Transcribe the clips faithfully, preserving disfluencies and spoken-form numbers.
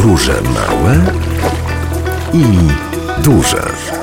Podróże małe i duże.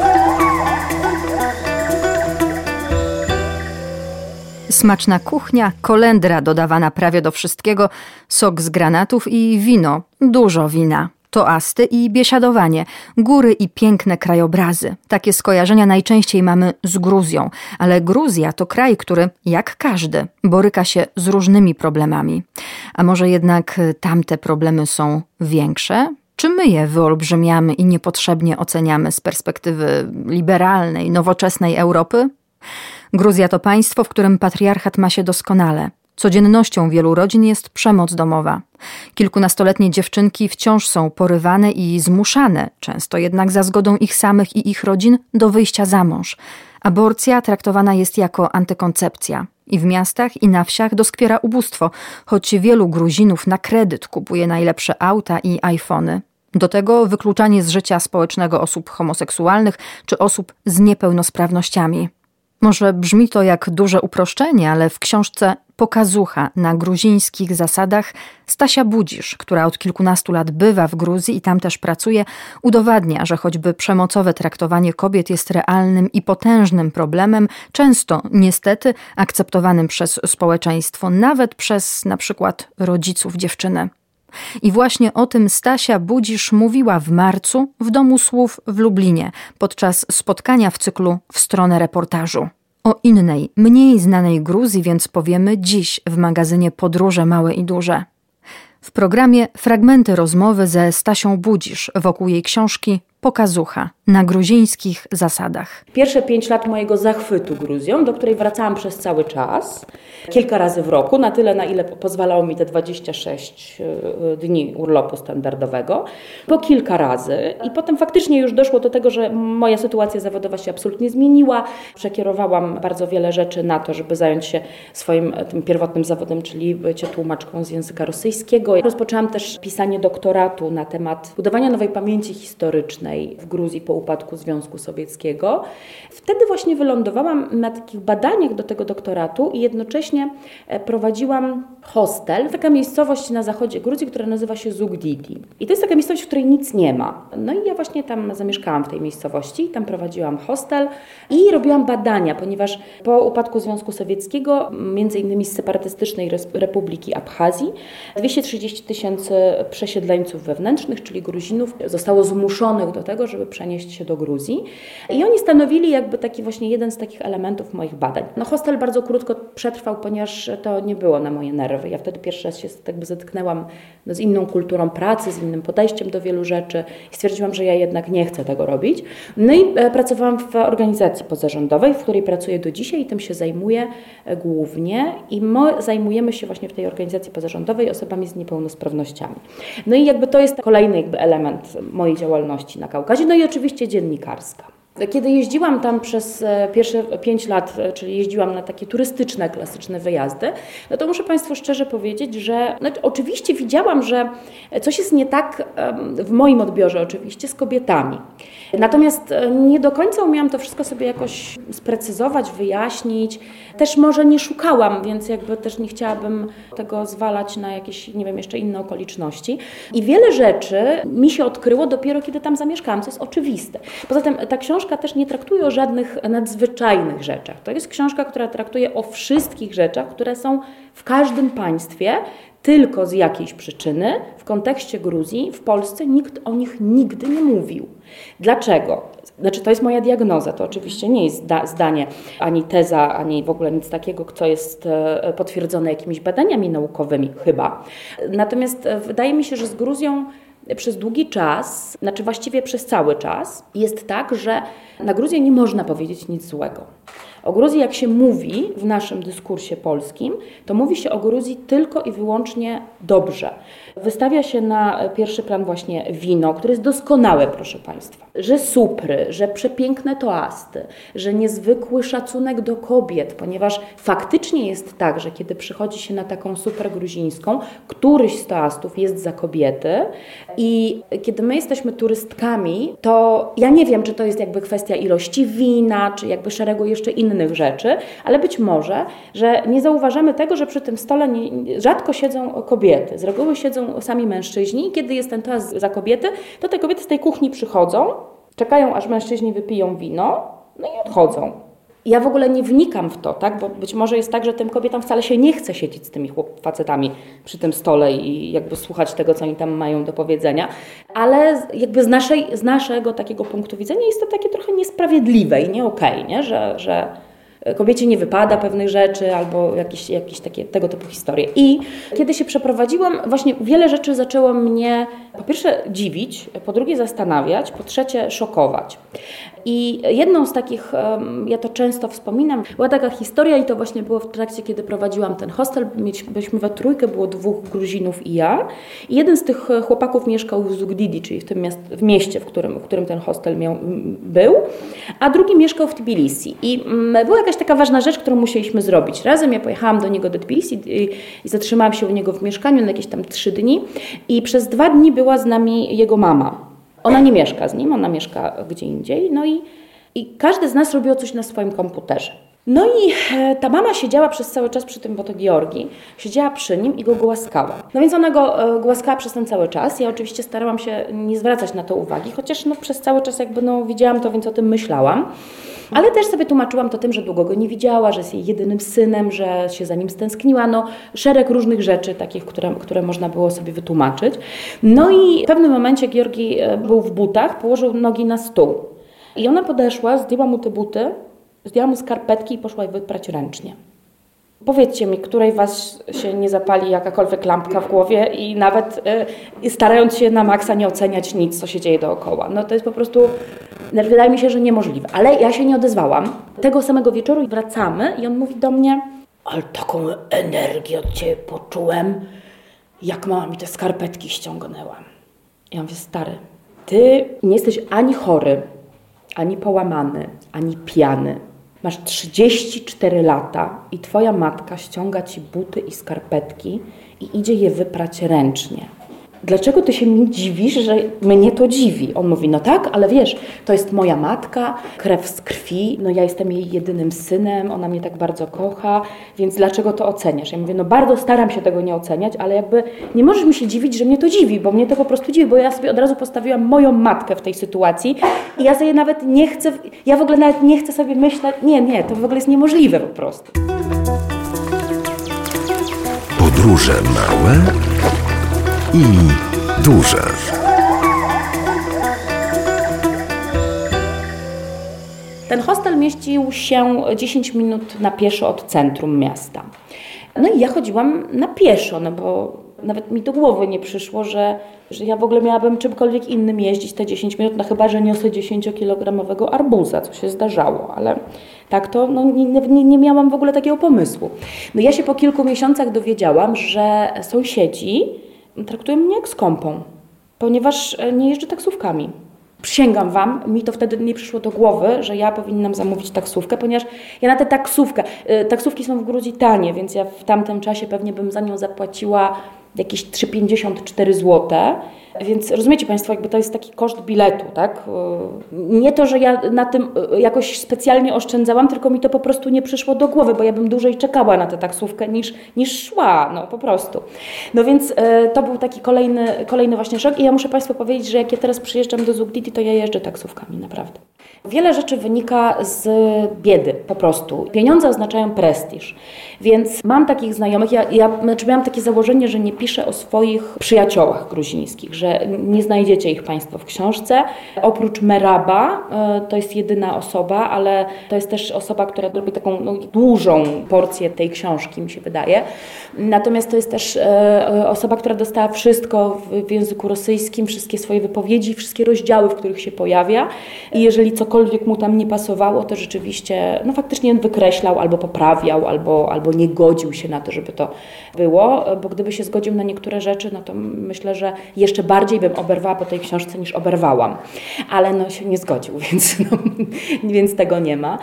Smaczna kuchnia, kolendra dodawana prawie do wszystkiego, sok z granatów i wino, dużo wina. Toasty i biesiadowanie, góry i piękne krajobrazy. Takie skojarzenia najczęściej mamy z Gruzją, ale Gruzja to kraj, który, jak każdy, boryka się z różnymi problemami. A może jednak tamte problemy są większe? Czy my je wyolbrzymiamy i niepotrzebnie oceniamy z perspektywy liberalnej, nowoczesnej Europy? Gruzja to państwo, w którym patriarchat ma się doskonale. Codziennością wielu rodzin jest przemoc domowa. Kilkunastoletnie dziewczynki wciąż są porywane i zmuszane, często jednak za zgodą ich samych i ich rodzin, do wyjścia za mąż. Aborcja traktowana jest jako antykoncepcja. I w miastach, i na wsiach doskwiera ubóstwo, choć wielu Gruzinów na kredyt kupuje najlepsze auta i iPhony. Do tego wykluczanie z życia społecznego osób homoseksualnych czy osób z niepełnosprawnościami. Może brzmi to jak duże uproszczenie, ale w książce Pokazucha na gruzińskich zasadach Stasia Budzisz, która od kilkunastu lat bywa w Gruzji i tam też pracuje, udowadnia, że choćby przemocowe traktowanie kobiet jest realnym i potężnym problemem, często niestety akceptowanym przez społeczeństwo, nawet przez na przykład rodziców dziewczyny. I właśnie o tym Stasia Budzisz mówiła w marcu w Domu Słów w Lublinie podczas spotkania w cyklu W stronę reportażu. O innej, mniej znanej Gruzji więc powiemy dziś w magazynie Podróże małe i duże. W programie fragmenty rozmowy ze Stasią Budzisz wokół jej książki Pokazucha na gruzińskich zasadach. Pierwsze pięć lat mojego zachwytu Gruzją, do której wracałam przez cały czas, kilka razy w roku, na tyle, na ile pozwalało mi te dwadzieścia sześć dni urlopu standardowego, po kilka razy. I potem faktycznie już doszło do tego, że moja sytuacja zawodowa się absolutnie zmieniła. Przekierowałam bardzo wiele rzeczy na to, żeby zająć się swoim tym pierwotnym zawodem, czyli bycie tłumaczką z języka rosyjskiego. Rozpoczęłam też pisanie doktoratu na temat budowania nowej pamięci historycznej w Gruzji po upadku Związku Sowieckiego. Wtedy właśnie wylądowałam na takich badaniach do tego doktoratu i jednocześnie prowadziłam hostel, taka miejscowość na zachodzie Gruzji, która nazywa się Zugdidi. I to jest taka miejscowość, w której nic nie ma. No i ja właśnie tam zamieszkałam w tej miejscowości, tam prowadziłam hostel i robiłam badania, ponieważ po upadku Związku Sowieckiego, między innymi z separatystycznej Republiki Abchazji, dwieście trzydzieści tysięcy przesiedleńców wewnętrznych, czyli Gruzinów, zostało zmuszonych do tego, żeby przenieść się do Gruzji. I oni stanowili jakby taki właśnie jeden z takich elementów moich badań. No hostel bardzo krótko przetrwał, ponieważ to nie było na moje nerwy. Ja wtedy pierwszy raz się jakby zetknęłam no, z inną kulturą pracy, z innym podejściem do wielu rzeczy i stwierdziłam, że ja jednak nie chcę tego robić. No i e, pracowałam w organizacji pozarządowej, w której pracuję do dzisiaj i tym się zajmuję e, głównie i my zajmujemy się właśnie w tej organizacji pozarządowej osobami z niepełnosprawnościami. No i jakby to jest kolejny jakby element mojej działalności na Kaukazie, no i oczywiście dziennikarska. Kiedy jeździłam tam przez pierwsze pięć lat, czyli jeździłam na takie turystyczne, klasyczne wyjazdy, no to muszę Państwu szczerze powiedzieć, że no, oczywiście widziałam, że coś jest nie tak, w moim odbiorze oczywiście, z kobietami. Natomiast nie do końca umiałam to wszystko sobie jakoś sprecyzować, wyjaśnić. Też może nie szukałam, więc jakby też nie chciałabym tego zwalać na jakieś, nie wiem, jeszcze inne okoliczności. I wiele rzeczy mi się odkryło dopiero, kiedy tam zamieszkałam, co jest oczywiste. Poza tym ta książka też nie traktuje o żadnych nadzwyczajnych rzeczach. To jest książka, która traktuje o wszystkich rzeczach, które są w każdym państwie, tylko z jakiejś przyczyny w kontekście Gruzji, w Polsce nikt o nich nigdy nie mówił. Dlaczego? Znaczy to jest moja diagnoza, to oczywiście nie jest zdanie, ani teza, ani w ogóle nic takiego, co jest potwierdzone jakimiś badaniami naukowymi, chyba. Natomiast wydaje mi się, że z Gruzją przez długi czas, znaczy właściwie przez cały czas, jest tak, że na Gruzję nie można powiedzieć nic złego. O Gruzji, jak się mówi w naszym dyskursie polskim, to mówi się o Gruzji tylko i wyłącznie dobrze. Wystawia się na pierwszy plan właśnie wino, które jest doskonałe, proszę Państwa. Że supry, że przepiękne toasty, że niezwykły szacunek do kobiet, ponieważ faktycznie jest tak, że kiedy przychodzi się na taką super gruzińską, któryś z toastów jest za kobiety i kiedy my jesteśmy turystkami, to ja nie wiem, czy to jest jakby kwestia ilości wina, czy jakby szeregu jeszcze innych innych rzeczy, ale być może, że nie zauważamy tego, że przy tym stole nie, rzadko siedzą kobiety. Z reguły siedzą sami mężczyźni i kiedy jest ten toast za kobiety, to te kobiety z tej kuchni przychodzą, czekają, aż mężczyźni wypiją wino, no i odchodzą. Ja w ogóle nie wnikam w to, tak? Bo być może jest tak, że tym kobietom wcale się nie chce siedzieć z tymi chłop- facetami przy tym stole i jakby słuchać tego, co oni tam mają do powiedzenia, ale jakby z, naszej, z naszego takiego punktu widzenia jest to takie trochę niesprawiedliwe i nie okej, okay, nie? Że, że kobiecie nie wypada pewnych rzeczy albo jakieś, jakieś takie tego typu historie. I kiedy się przeprowadziłam, właśnie wiele rzeczy zaczęło mnie po pierwsze dziwić, po drugie zastanawiać, po trzecie szokować. I jedną z takich, ja to często wspominam, była taka historia i to właśnie było w trakcie, kiedy prowadziłam ten hostel. Byliśmy we trójkę, było dwóch Gruzinów i ja. I jeden z tych chłopaków mieszkał w Zugdidi, czyli w tym miast, w mieście, w którym, w którym ten hostel miał, był, a drugi mieszkał w Tbilisi. I była jakaś taka ważna rzecz, którą musieliśmy zrobić. Razem ja pojechałam do niego do Tbilisi i, i zatrzymałam się u niego w mieszkaniu na jakieś tam trzy dni i przez dwa dni była z nami jego mama. Ona nie mieszka z nim, ona mieszka gdzie indziej, no i, i każdy z nas robił coś na swoim komputerze. No i e, ta mama siedziała przez cały czas przy tym, bo to Georgi, siedziała przy nim i go głaskała. No więc ona go e, głaskała przez ten cały czas. Ja oczywiście starałam się nie zwracać na to uwagi, chociaż no, przez cały czas jakby no, widziałam to, więc o tym myślałam. Ale też sobie tłumaczyłam to tym, że długo go nie widziała, że jest jej jedynym synem, że się za nim stęskniła. No, szereg różnych rzeczy takich, które, które można było sobie wytłumaczyć. No i w pewnym momencie Georgi był w butach, położył nogi na stół. I ona podeszła, zdjęła mu te buty, zdjęła mu skarpetki i poszła je wyprać ręcznie. Powiedzcie mi, której was się nie zapali jakakolwiek lampka w głowie i nawet y, starając się na maksa nie oceniać nic, co się dzieje dookoła. No to jest po prostu, wydaje mi się, że niemożliwe. Ale ja się nie odezwałam. Tego samego wieczoru wracamy i on mówi do mnie: ale taką energię od ciebie poczułem, jak mama mi te skarpetki ściągnęła. Ja mówię: stary, ty nie jesteś ani chory, ani połamany, ani pijany. Masz trzydzieści cztery lata i twoja matka ściąga ci buty i skarpetki i idzie je wyprać ręcznie. Dlaczego ty się mi dziwisz, że mnie to dziwi? On mówi: no tak, ale wiesz, to jest moja matka, krew z krwi, no ja jestem jej jedynym synem, ona mnie tak bardzo kocha, więc dlaczego to oceniasz? Ja mówię: no bardzo staram się tego nie oceniać, ale jakby nie możesz mi się dziwić, że mnie to dziwi, bo mnie to po prostu dziwi, bo ja sobie od razu postawiłam moją matkę w tej sytuacji i ja sobie nawet nie chcę, ja w ogóle nawet nie chcę sobie myśleć, nie, nie, to w ogóle jest niemożliwe po prostu. Podróże małe i duże. Ten hostel mieścił się dziesięć minut na pieszo od centrum miasta. No i ja chodziłam na pieszo, no bo nawet mi do głowy nie przyszło, że, że ja w ogóle miałabym czymkolwiek innym jeździć te dziesięć minut, no chyba że niosę dziesięciokilogramowego arbuza, co się zdarzało, ale tak to no, nie, nie, nie miałam w ogóle takiego pomysłu. No ja się po kilku miesiącach dowiedziałam, że sąsiedzi traktują mnie jak skąpą, ponieważ nie jeżdżę taksówkami. Przysięgam wam, mi to wtedy nie przyszło do głowy, że ja powinnam zamówić taksówkę, ponieważ ja na tę taksówkę, taksówki są w Gruzji tanie, więc ja w tamtym czasie pewnie bym za nią zapłaciła jakieś trzy pięćdziesiąt cztery złote, więc rozumiecie Państwo, jakby to jest taki koszt biletu, tak? Nie to, że ja na tym jakoś specjalnie oszczędzałam, tylko mi to po prostu nie przyszło do głowy, bo ja bym dłużej czekała na tę taksówkę niż, niż szła, no po prostu. No więc e, to był taki kolejny, kolejny właśnie szok i ja muszę Państwu powiedzieć, że jak ja teraz przyjeżdżam do Zugdidi, to ja jeżdżę taksówkami, naprawdę. Wiele rzeczy wynika z biedy, po prostu. Pieniądze oznaczają prestiż, więc mam takich znajomych, ja, ja znaczy miałam takie założenie, że nie piszę o swoich przyjaciołach gruzińskich, że nie znajdziecie ich Państwo w książce. Oprócz Meraba, to jest jedyna osoba, ale to jest też osoba, która robi taką no, dużą porcję tej książki, mi się wydaje. Natomiast to jest też osoba, która dostała wszystko w, w języku rosyjskim, wszystkie swoje wypowiedzi, wszystkie rozdziały, w których się pojawia i jeżeli cokolwiek mu tam nie pasowało, to rzeczywiście no faktycznie wykreślał albo poprawiał, albo, albo nie godził się na to, żeby to było, bo gdyby się zgodził na niektóre rzeczy, no to myślę, że jeszcze bardziej bym oberwała po tej książce niż oberwałam. Ale no się nie zgodził, więc, no, więc tego nie ma.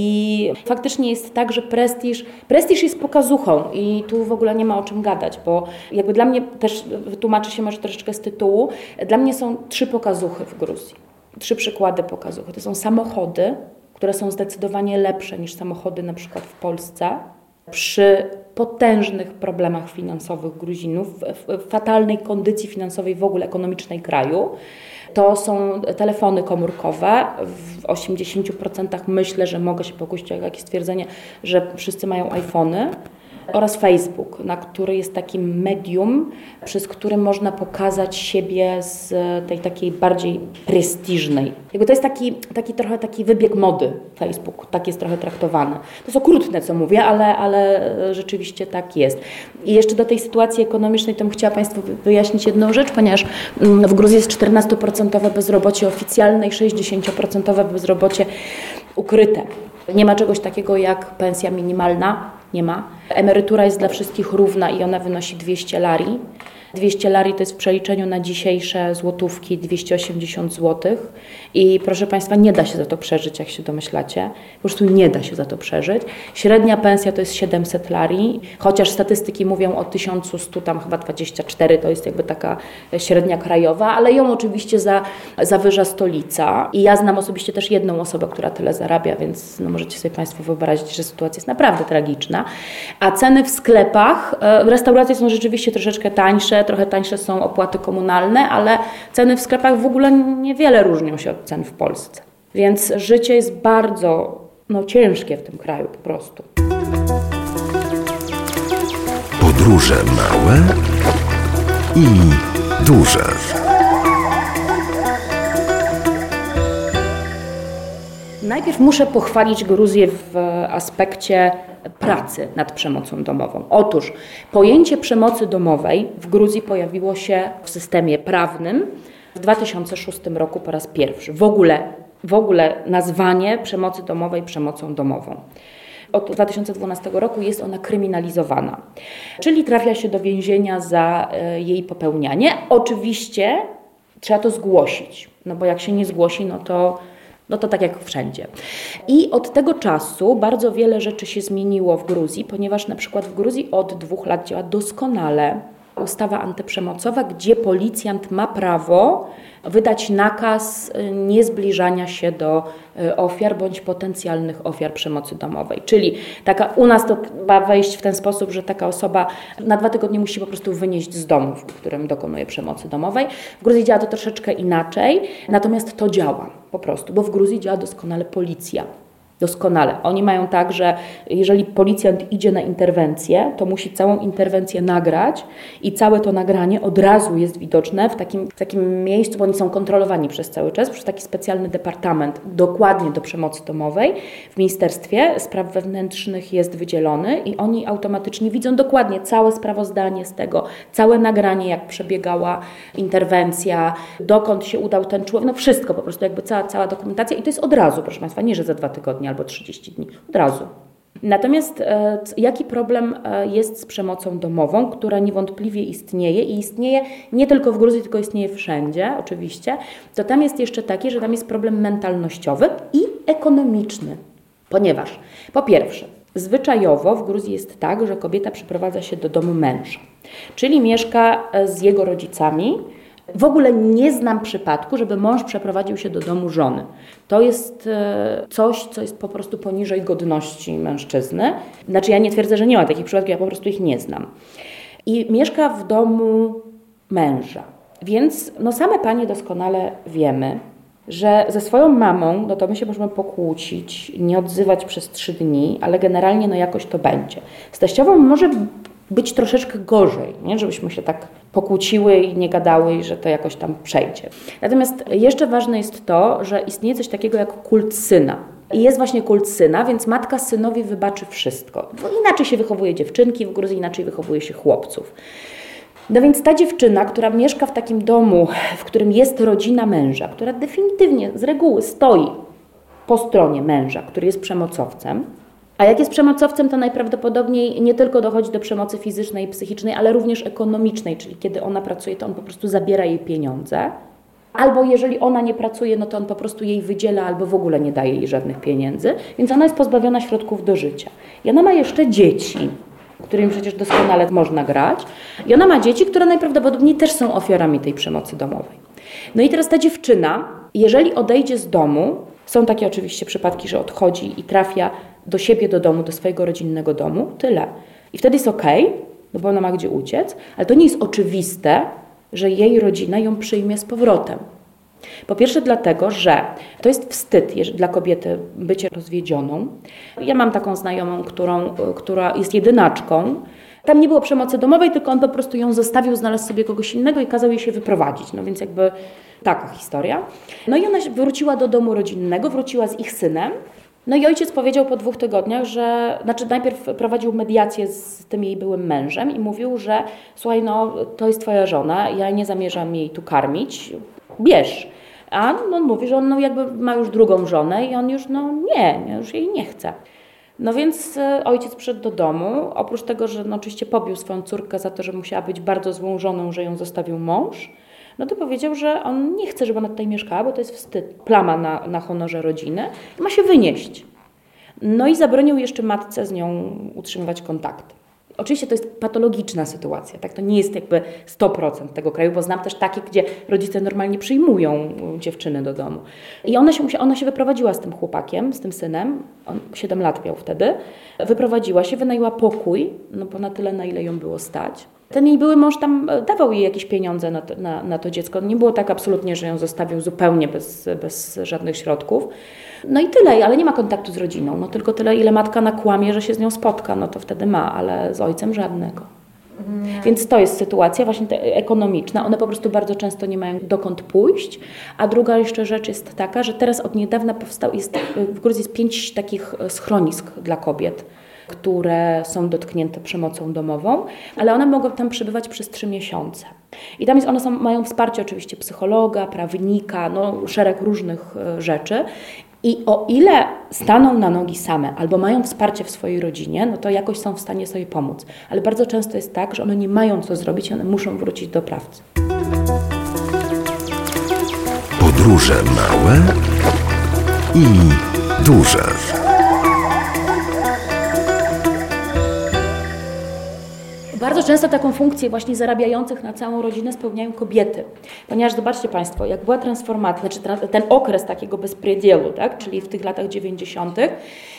I faktycznie jest tak, że prestiż, prestiż jest pokazuchą i tu w ogóle nie ma o czym gadać, bo jakby dla mnie też, wytłumaczę się może troszeczkę z tytułu, dla mnie są trzy pokazuchy w Gruzji. Trzy przykłady pokazuchy. To są samochody, które są zdecydowanie lepsze niż samochody na przykład w Polsce, przy potężnych problemach finansowych Gruzinów, w fatalnej kondycji finansowej w ogóle ekonomicznej kraju. To są telefony komórkowe. W osiemdziesięciu procentach myślę, że mogę się pokusić o jakieś stwierdzenie, że wszyscy mają iPhony. Oraz Facebook, na który jest takim medium, przez które można pokazać siebie z tej takiej bardziej prestiżnej. Jakby to jest taki, taki trochę taki wybieg mody Facebook, tak jest trochę traktowany. To jest okrutne, co mówię, ale, ale rzeczywiście tak jest. I jeszcze do tej sytuacji ekonomicznej to bym chciała Państwu wyjaśnić jedną rzecz, ponieważ w Gruzji jest czternastoprocentowe bezrobocie oficjalne i sześćdziesięcioprocentowe bezrobocie ukryte. Nie ma czegoś takiego jak pensja minimalna, nie ma. Emerytura jest dla wszystkich równa i ona wynosi dwieście lari. dwieście lari to jest w przeliczeniu na dzisiejsze złotówki dwieście osiemdziesiąt złotych i proszę Państwa, nie da się za to przeżyć, jak się domyślacie. Po prostu nie da się za to przeżyć. Średnia pensja to jest siedemset lari, chociaż statystyki mówią o tysiąc sto, tam chyba dwadzieścia cztery, to jest jakby taka średnia krajowa, ale ją oczywiście za, zawyża stolica. I ja znam osobiście też jedną osobę, która tyle zarabia, więc no możecie sobie Państwo wyobrazić, że sytuacja jest naprawdę tragiczna. A ceny w sklepach, restauracje są rzeczywiście troszeczkę tańsze, trochę tańsze są opłaty komunalne, ale ceny w sklepach w ogóle niewiele różnią się od cen w Polsce. Więc życie jest bardzo no, ciężkie w tym kraju po prostu. Podróże małe i duże. Najpierw muszę pochwalić Gruzję w aspekcie pracy nad przemocą domową. Otóż pojęcie przemocy domowej w Gruzji pojawiło się w systemie prawnym w dwa tysiące szóstym roku po raz pierwszy. W ogóle, w ogóle nazwanie przemocy domowej przemocą domową. Od dwa tysiące dwunastego roku jest ona kryminalizowana, czyli trafia się do więzienia za jej popełnianie. Oczywiście trzeba to zgłosić, no bo jak się nie zgłosi, no to No to tak jak wszędzie. I od tego czasu bardzo wiele rzeczy się zmieniło w Gruzji, ponieważ na przykład w Gruzji od dwóch lat działa doskonale ustawa antyprzemocowa, gdzie policjant ma prawo wydać nakaz niezbliżania się do ofiar bądź potencjalnych ofiar przemocy domowej. Czyli taka, u nas to ma wejść w ten sposób, że taka osoba na dwa tygodnie musi po prostu wynieść z domu, w którym dokonuje przemocy domowej. W Gruzji działa to troszeczkę inaczej, natomiast to działa po prostu, bo w Gruzji działa doskonale policja. Doskonale. Oni mają tak, że jeżeli policjant idzie na interwencję, to musi całą interwencję nagrać i całe to nagranie od razu jest widoczne w takim, w takim miejscu, bo oni są kontrolowani przez cały czas, przez taki specjalny departament dokładnie do przemocy domowej. W Ministerstwie Spraw Wewnętrznych jest wydzielony i oni automatycznie widzą dokładnie całe sprawozdanie z tego, całe nagranie, jak przebiegała interwencja, dokąd się udał ten człowiek, no wszystko po prostu, jakby cała, cała dokumentacja i to jest od razu, proszę Państwa, nie, że za dwa tygodnie albo trzydzieści dni, od razu. Natomiast e, jaki problem e, jest z przemocą domową, która niewątpliwie istnieje i istnieje nie tylko w Gruzji, tylko istnieje wszędzie oczywiście, to tam jest jeszcze taki, że tam jest problem mentalnościowy i ekonomiczny. Ponieważ po pierwsze, zwyczajowo w Gruzji jest tak, że kobieta przyprowadza się do domu męża, czyli mieszka z jego rodzicami. W ogóle nie znam przypadku, żeby mąż przeprowadził się do domu żony. To jest coś, co jest po prostu poniżej godności mężczyzny. Znaczy ja nie twierdzę, że nie ma takich przypadków, ja po prostu ich nie znam. I mieszka w domu męża. Więc no same panie doskonale wiemy, że ze swoją mamą, no to my się możemy pokłócić, nie odzywać przez trzy dni, ale generalnie no jakoś to będzie. Z teściową może być troszeczkę gorzej, nie? Żebyśmy się tak pokłóciły i nie gadały i że to jakoś tam przejdzie. Natomiast jeszcze ważne jest to, że istnieje coś takiego jak kult syna. I jest właśnie kult syna, więc matka synowi wybaczy wszystko. Bo inaczej się wychowuje dziewczynki w Gruzji, inaczej wychowuje się chłopców. No więc ta dziewczyna, która mieszka w takim domu, w którym jest rodzina męża, która definitywnie z reguły stoi po stronie męża, który jest przemocowcem, a jak jest przemocowcem, to najprawdopodobniej nie tylko dochodzi do przemocy fizycznej i psychicznej, ale również ekonomicznej, czyli kiedy ona pracuje, to on po prostu zabiera jej pieniądze. Albo jeżeli ona nie pracuje, no to on po prostu jej wydziela albo w ogóle nie daje jej żadnych pieniędzy, więc ona jest pozbawiona środków do życia. I ona ma jeszcze dzieci, którymi przecież doskonale można grać. I ona ma dzieci, które najprawdopodobniej też są ofiarami tej przemocy domowej. No i teraz ta dziewczyna, jeżeli odejdzie z domu, Są takie oczywiście przypadki, że odchodzi i trafia do siebie, do domu, do swojego rodzinnego domu, tyle. I wtedy jest okej, okay, no bo ona ma gdzie uciec, ale to nie jest oczywiste, że jej rodzina ją przyjmie z powrotem. Po pierwsze dlatego, że to jest wstyd dla kobiety bycie rozwiedzioną. Ja mam taką znajomą, którą, która jest jedynaczką. Tam nie było przemocy domowej, tylko on po prostu ją zostawił, znalazł sobie kogoś innego i kazał jej się wyprowadzić. No więc jakby taka historia. No i ona wróciła do domu rodzinnego, wróciła z ich synem. No i ojciec powiedział po dwóch tygodniach, że, znaczy najpierw prowadził mediację z tym jej byłym mężem i mówił, że słuchaj, no to jest twoja żona, ja nie zamierzam jej tu karmić, bierz. A on mówi, że on no jakby ma już drugą żonę i on już no nie, już jej nie chce. No więc ojciec przyszedł do domu, oprócz tego, że no oczywiście pobił swoją córkę za to, że musiała być bardzo złą żoną, że ją zostawił mąż, no to powiedział, że on nie chce, żeby ona tutaj mieszkała, bo to jest wstyd, plama na, na honorze rodziny, ma się wynieść. No i zabronił jeszcze matce z nią utrzymywać kontakty. Oczywiście to jest patologiczna sytuacja, tak? To nie jest jakby sto procent tego kraju, bo znam też takie, gdzie rodzice normalnie przyjmują dziewczyny do domu. I ona się, ona się wyprowadziła z tym chłopakiem, z tym synem, on siedem lat miał wtedy, wyprowadziła się, wynajęła pokój, no bo na tyle, na ile ją było stać. Ten jej były mąż tam dawał jej jakieś pieniądze na to, na, na to dziecko. Nie było tak absolutnie, że ją zostawił zupełnie bez, bez żadnych środków. No i tyle, ale nie ma kontaktu z rodziną. No tylko tyle, ile matka nakłamie, że się z nią spotka, no to wtedy ma, ale z ojcem żadnego. Nie. Więc to jest sytuacja właśnie ekonomiczna. One po prostu bardzo często nie mają dokąd pójść. A druga jeszcze rzecz jest taka, że teraz od niedawna powstał, jest, w Gruzji jest pięć takich schronisk dla kobiet, które są dotknięte przemocą domową, ale one mogą tam przebywać przez trzy miesiące. I tam jest, one są, mają wsparcie oczywiście psychologa, prawnika, no, szereg różnych rzeczy. I o ile staną na nogi same albo mają wsparcie w swojej rodzinie, no to jakoś są w stanie sobie pomóc. Ale bardzo często jest tak, że one nie mają co zrobić, one muszą wrócić do pracy. Podróże małe i duże. Bardzo często taką funkcję właśnie zarabiających na całą rodzinę spełniają kobiety. Ponieważ zobaczcie Państwo, jak była transformacja, znaczy ten okres takiego bezprzedzielu, tak, czyli w tych latach dziewięćdziesiątych,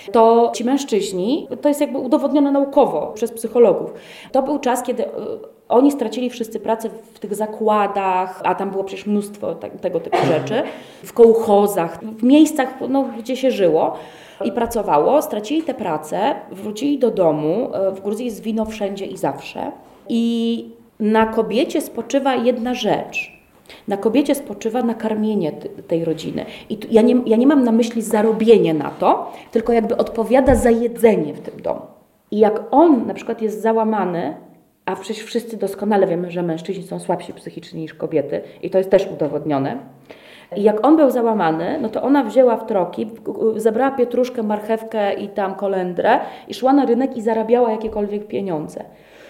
to ci mężczyźni, to jest jakby udowodnione naukowo przez psychologów, to był czas, kiedy oni stracili wszyscy pracę w tych zakładach, a tam było przecież mnóstwo tego typu rzeczy, w kołchozach, w miejscach, no, gdzie się żyło i pracowało, stracili tę pracę, wrócili do domu, w Gruzji jest wino wszędzie i zawsze i na kobiecie spoczywa jedna rzecz. Na kobiecie spoczywa nakarmienie tej rodziny. I ja nie, ja nie mam na myśli zarobienie na to, tylko jakby odpowiada za jedzenie w tym domu. I jak on na przykład jest załamany, a przecież wszyscy doskonale wiemy, że mężczyźni są słabsi psychicznie niż kobiety i to jest też udowodnione. I jak on był załamany, no to ona wzięła w troki, zabrała pietruszkę, marchewkę i tam kolendrę i szła na rynek i zarabiała jakiekolwiek pieniądze.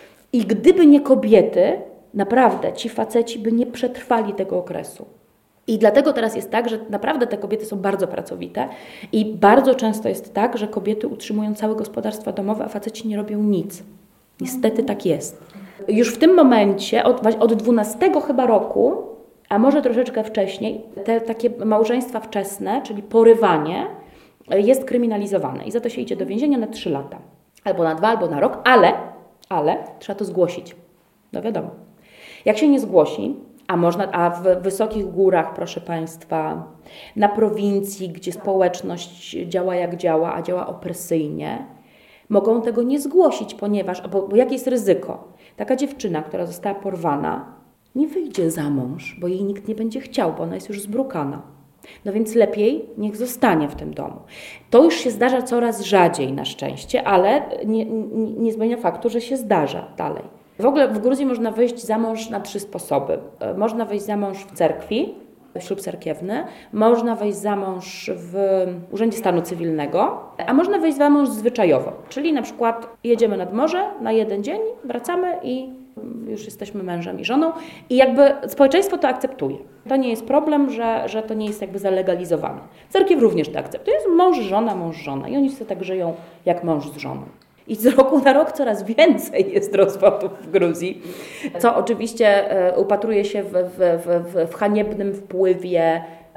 I gdyby nie kobiety, naprawdę ci faceci by nie przetrwali tego okresu. I dlatego teraz jest tak, że naprawdę te kobiety są bardzo pracowite i bardzo często jest tak, że kobiety utrzymują całe gospodarstwa domowe, a faceci nie robią nic. Niestety tak jest. Już w tym momencie, od, od dwunastego chyba roku, a może troszeczkę wcześniej, te takie małżeństwa wczesne, czyli porywanie, jest kryminalizowane i za to się idzie do więzienia na trzy lata. Albo na dwa, albo na rok, ale, ale trzeba to zgłosić. No wiadomo. Jak się nie zgłosi, a można, a w wysokich górach, proszę Państwa, na prowincji, gdzie społeczność działa jak działa, a działa opresyjnie, mogą tego nie zgłosić, ponieważ, bo, bo jakie jest ryzyko? Taka dziewczyna, która została porwana, nie wyjdzie za mąż, bo jej nikt nie będzie chciał, bo ona jest już zbrukana. No więc lepiej niech zostanie w tym domu. To już się zdarza coraz rzadziej na szczęście, ale nie, nie, nie zmienia faktu, że się zdarza dalej. W ogóle w Gruzji można wyjść za mąż na trzy sposoby. Można wyjść za mąż w cerkwi, ślub cerkiewny, można wyjść za mąż w Urzędzie Stanu Cywilnego, a można wyjść za mąż zwyczajowo, czyli na przykład jedziemy nad morze na jeden dzień, wracamy i już jesteśmy mężem i żoną i jakby społeczeństwo to akceptuje. To nie jest problem, że, że to nie jest jakby zalegalizowane. Cerkiew również to akceptuje. Jest mąż, żona, mąż, żona i oni sobie tak żyją jak mąż z żoną. I z roku na rok coraz więcej jest rozwodów w Gruzji, co oczywiście upatruje się w, w, w, w haniebnym wpływie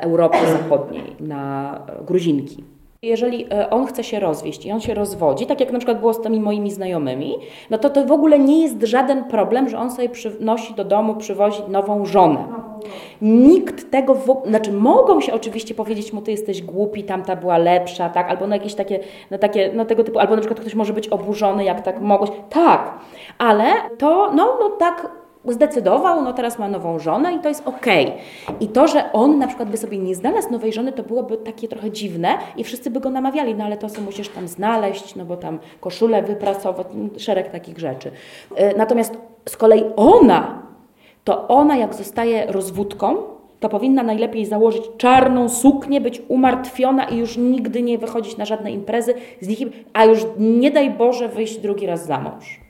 Europy Zachodniej, na Gruzinki. Jeżeli on chce się rozwieść i on się rozwodzi, tak jak na przykład było z tymi moimi znajomymi, no to to w ogóle nie jest żaden problem, że on sobie przynosi do domu, przywozi nową żonę. Nikt tego, w... znaczy mogą się oczywiście powiedzieć mu, ty jesteś głupi, tamta była lepsza, tak, albo no jakieś takie, no takie, no tego typu, albo na przykład ktoś może być oburzony, jak tak mogłeś, tak, ale to, no, no tak zdecydował, no teraz ma nową żonę i to jest okej. I to, że on na przykład by sobie nie znalazł nowej żony, to byłoby takie trochę dziwne i wszyscy by go namawiali, no ale to sobie musisz tam znaleźć, no bo tam koszulę wyprasować, szereg takich rzeczy. Natomiast z kolei ona, to ona jak zostaje rozwódką, to powinna najlepiej założyć czarną suknię, być umartwiona i już nigdy nie wychodzić na żadne imprezy z nikim, a już nie daj Boże wyjść drugi raz za mąż.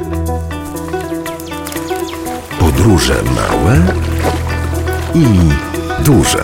Podróże małe i duże.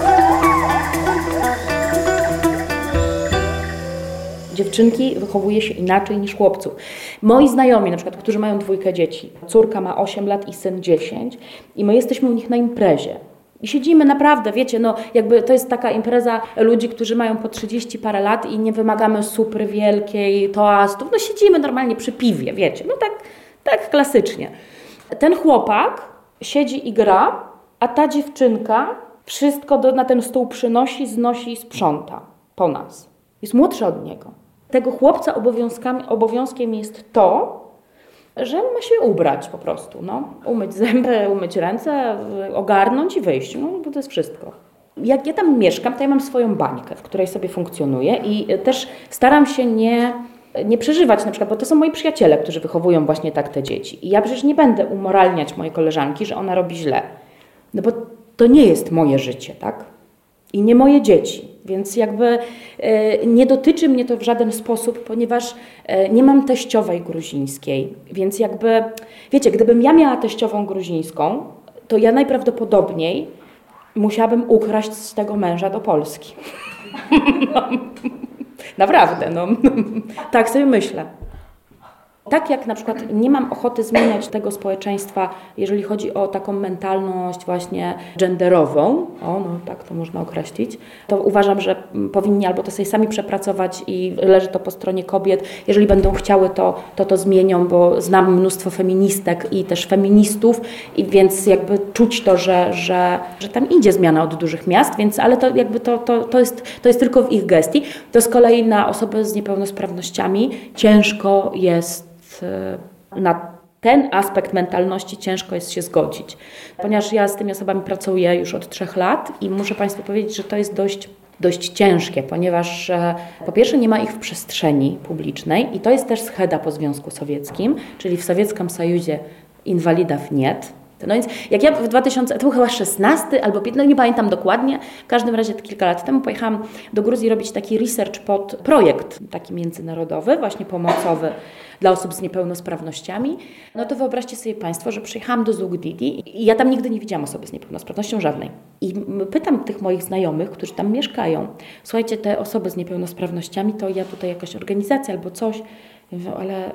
Dziewczynki wychowuje się inaczej niż chłopców. Moi znajomi, na przykład, którzy mają dwójkę dzieci, córka ma osiem lat i syn dziesięć i my jesteśmy u nich na imprezie. I siedzimy naprawdę, wiecie, no jakby to jest taka impreza ludzi, którzy mają po trzydzieści parę lat i nie wymagamy super wielkiej toastów. No siedzimy normalnie przy piwie, wiecie, no tak, tak klasycznie. Ten chłopak siedzi i gra, a ta dziewczynka wszystko do, na ten stół przynosi, znosi i sprząta po nas. Jest młodsza od niego. Tego chłopca obowiązkami, obowiązkiem jest to, że ma się ubrać po prostu. No. Umyć zęby, umyć ręce, ogarnąć i wyjść. No, bo to jest wszystko. Jak ja tam mieszkam, to ja mam swoją bańkę, w której sobie funkcjonuję i też staram się nie... nie przeżywać na przykład, bo to są moi przyjaciele, którzy wychowują właśnie tak te dzieci. I ja przecież nie będę umoralniać mojej koleżanki, że ona robi źle. No bo to nie jest moje życie, tak? I nie moje dzieci. Więc jakby e, nie dotyczy mnie to w żaden sposób, ponieważ e, nie mam teściowej gruzińskiej. Więc jakby, wiecie, gdybym ja miała teściową gruzińską, to ja najprawdopodobniej musiałabym ukraść z tego męża do Polski. Naprawdę, no tak sobie myślę. Tak jak na przykład nie mam ochoty zmieniać tego społeczeństwa, jeżeli chodzi o taką mentalność właśnie genderową, o no tak to można określić, to uważam, że powinni albo to sobie sami przepracować i leży to po stronie kobiet. Jeżeli będą chciały, to to, to zmienią, bo znam mnóstwo feministek i też feministów, i więc jakby czuć to, że, że, że tam idzie zmiana od dużych miast, więc ale to jakby to, to, to, jest, to jest tylko w ich gestii. To z kolei na osoby z niepełnosprawnościami ciężko jest na ten aspekt mentalności ciężko jest się zgodzić. Ponieważ ja z tymi osobami pracuję już od trzech lat i muszę Państwu powiedzieć, że to jest dość, dość ciężkie, ponieważ po pierwsze nie ma ich w przestrzeni publicznej i to jest też scheda po Związku Sowieckim, czyli w Sowieckim Sojuzie inwalidów niet. No więc jak ja w dwa tysiące, to był chyba szesnasty albo piętnasty, no nie pamiętam dokładnie, w każdym razie kilka lat temu pojechałam do Gruzji robić taki research pod projekt taki międzynarodowy, właśnie pomocowy dla osób z niepełnosprawnościami. No to wyobraźcie sobie Państwo, że przyjechałam do Zugdidi i ja tam nigdy nie widziałam osoby z niepełnosprawnością żadnej. I pytam tych moich znajomych, którzy tam mieszkają, słuchajcie, te osoby z niepełnosprawnościami, to ja tutaj jakaś organizacja albo coś, ja mówię, ale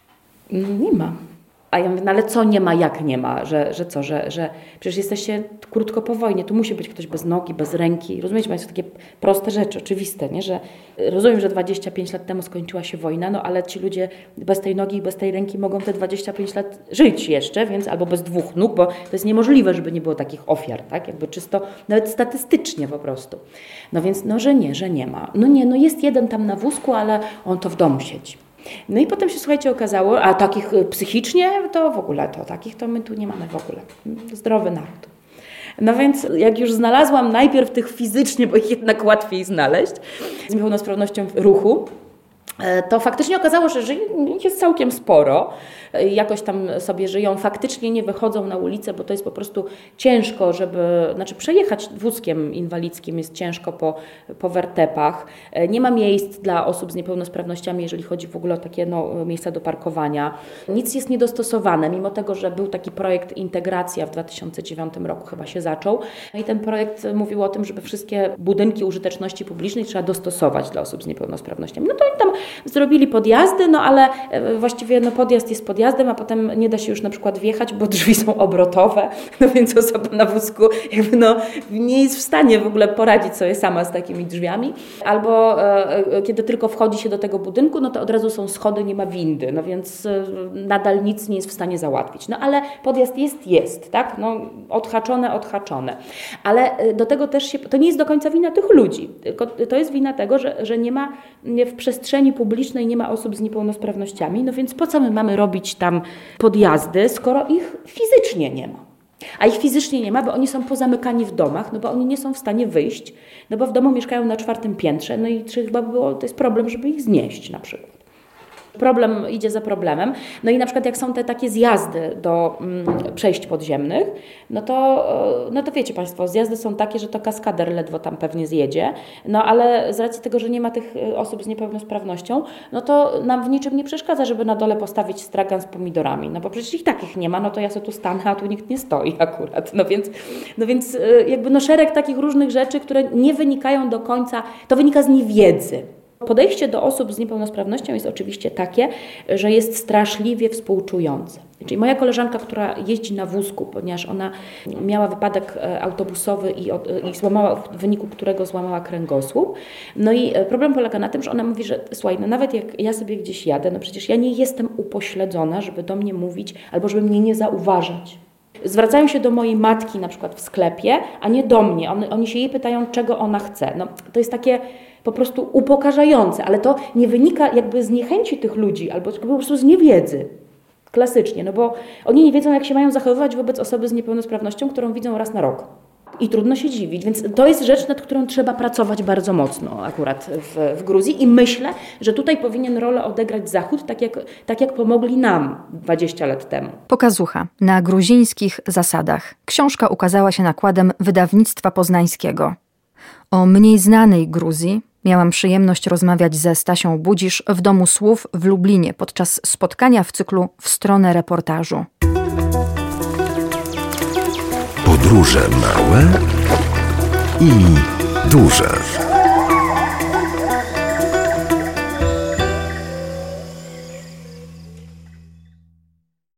nie ma. A ja mówię, no ale co nie ma, jak nie ma, że, że co, że, że przecież jesteście krótko po wojnie, tu musi być ktoś bez nogi, bez ręki. Rozumiecie Państwo, takie proste rzeczy, oczywiste, nie? Że rozumiem, że dwadzieścia pięć lat temu skończyła się wojna, no ale ci ludzie bez tej nogi i bez tej ręki mogą te dwadzieścia pięć lat żyć jeszcze, więc albo bez dwóch nóg, bo to jest niemożliwe, żeby nie było takich ofiar, tak? Jakby czysto, nawet statystycznie po prostu. No więc, no że nie, że nie ma. No nie, no jest jeden tam na wózku, ale on to w domu siedzi. No i potem się, słuchajcie, okazało, a takich psychicznie to w ogóle, to takich to my tu nie mamy w ogóle. Zdrowy naród. No więc jak już znalazłam najpierw tych fizycznie, bo ich jednak łatwiej znaleźć, z niepełnosprawnością ruchu, to faktycznie okazało się, że ich jest całkiem sporo. Jakoś tam sobie żyją, faktycznie nie wychodzą na ulicę, bo to jest po prostu ciężko, żeby, znaczy przejechać wózkiem inwalidzkim jest ciężko po, po wertepach. Nie ma miejsc dla osób z niepełnosprawnościami, jeżeli chodzi w ogóle o takie no, miejsca do parkowania. Nic jest niedostosowane, mimo tego, że był taki projekt Integracja w dwa tysiące dziewiątym roku chyba się zaczął. No i ten projekt mówił o tym, żeby wszystkie budynki użyteczności publicznej trzeba dostosować dla osób z niepełnosprawnościami. No to oni tam zrobili podjazdy, no ale właściwie no, podjazd jest podjazdem, a potem nie da się już na przykład wjechać, bo drzwi są obrotowe, no więc osoba na wózku jakby no, nie jest w stanie w ogóle poradzić sobie sama z takimi drzwiami. Albo e, kiedy tylko wchodzi się do tego budynku, no to od razu są schody, nie ma windy, no więc e, nadal nic nie jest w stanie załatwić. No ale podjazd jest, jest, tak? No, odhaczone, odhaczone. Ale do tego też się, to nie jest do końca wina tych ludzi, tylko to jest wina tego, że, że nie ma w przestrzeni publicznej nie ma osób z niepełnosprawnościami, no więc po co my mamy robić tam podjazdy, skoro ich fizycznie nie ma? A ich fizycznie nie ma, bo oni są pozamykani w domach, no bo oni nie są w stanie wyjść, no bo w domu mieszkają na czwartym piętrze, no i czy chyba było, to jest problem, żeby ich znieść na przykład. Problem idzie za problemem. No i na przykład jak są te takie zjazdy do mm, przejść podziemnych, no to, no to wiecie Państwo, zjazdy są takie, że to kaskader ledwo tam pewnie zjedzie, no ale z racji tego, że nie ma tych osób z niepełnosprawnością, no to nam w niczym nie przeszkadza, żeby na dole postawić stragan z pomidorami, no bo przecież ich takich nie ma, no to ja sobie tu stanę, a tu nikt nie stoi akurat, no więc, no więc jakby no szereg takich różnych rzeczy, które nie wynikają do końca, to wynika z niewiedzy. Podejście do osób z niepełnosprawnością jest oczywiście takie, że jest straszliwie współczujące. Czyli moja koleżanka, która jeździ na wózku, ponieważ ona miała wypadek autobusowy i, i złamała, w wyniku którego złamała kręgosłup. No i problem polega na tym, że ona mówi, że słuchaj, no nawet jak ja sobie gdzieś jadę, no przecież ja nie jestem upośledzona, żeby do mnie mówić albo żeby mnie nie zauważać. Zwracają się do mojej matki na przykład w sklepie, a nie do mnie. Oni, oni się jej pytają, czego ona chce. No, to jest takie po prostu upokarzające, ale to nie wynika jakby z niechęci tych ludzi albo po prostu z niewiedzy. Klasycznie, no bo oni nie wiedzą, jak się mają zachowywać wobec osoby z niepełnosprawnością, którą widzą raz na rok. I trudno się dziwić, więc to jest rzecz, nad którą trzeba pracować bardzo mocno akurat w, w Gruzji i myślę, że tutaj powinien rolę odegrać Zachód, tak jak, tak jak pomogli nam dwadzieścia lat temu. Pokazucha na gruzińskich zasadach. Książka ukazała się nakładem Wydawnictwa Poznańskiego. O mniej znanej Gruzji miałam przyjemność rozmawiać ze Stasią Budzisz w Domu Słów w Lublinie podczas spotkania w cyklu W stronę reportażu. Podróże małe i duże.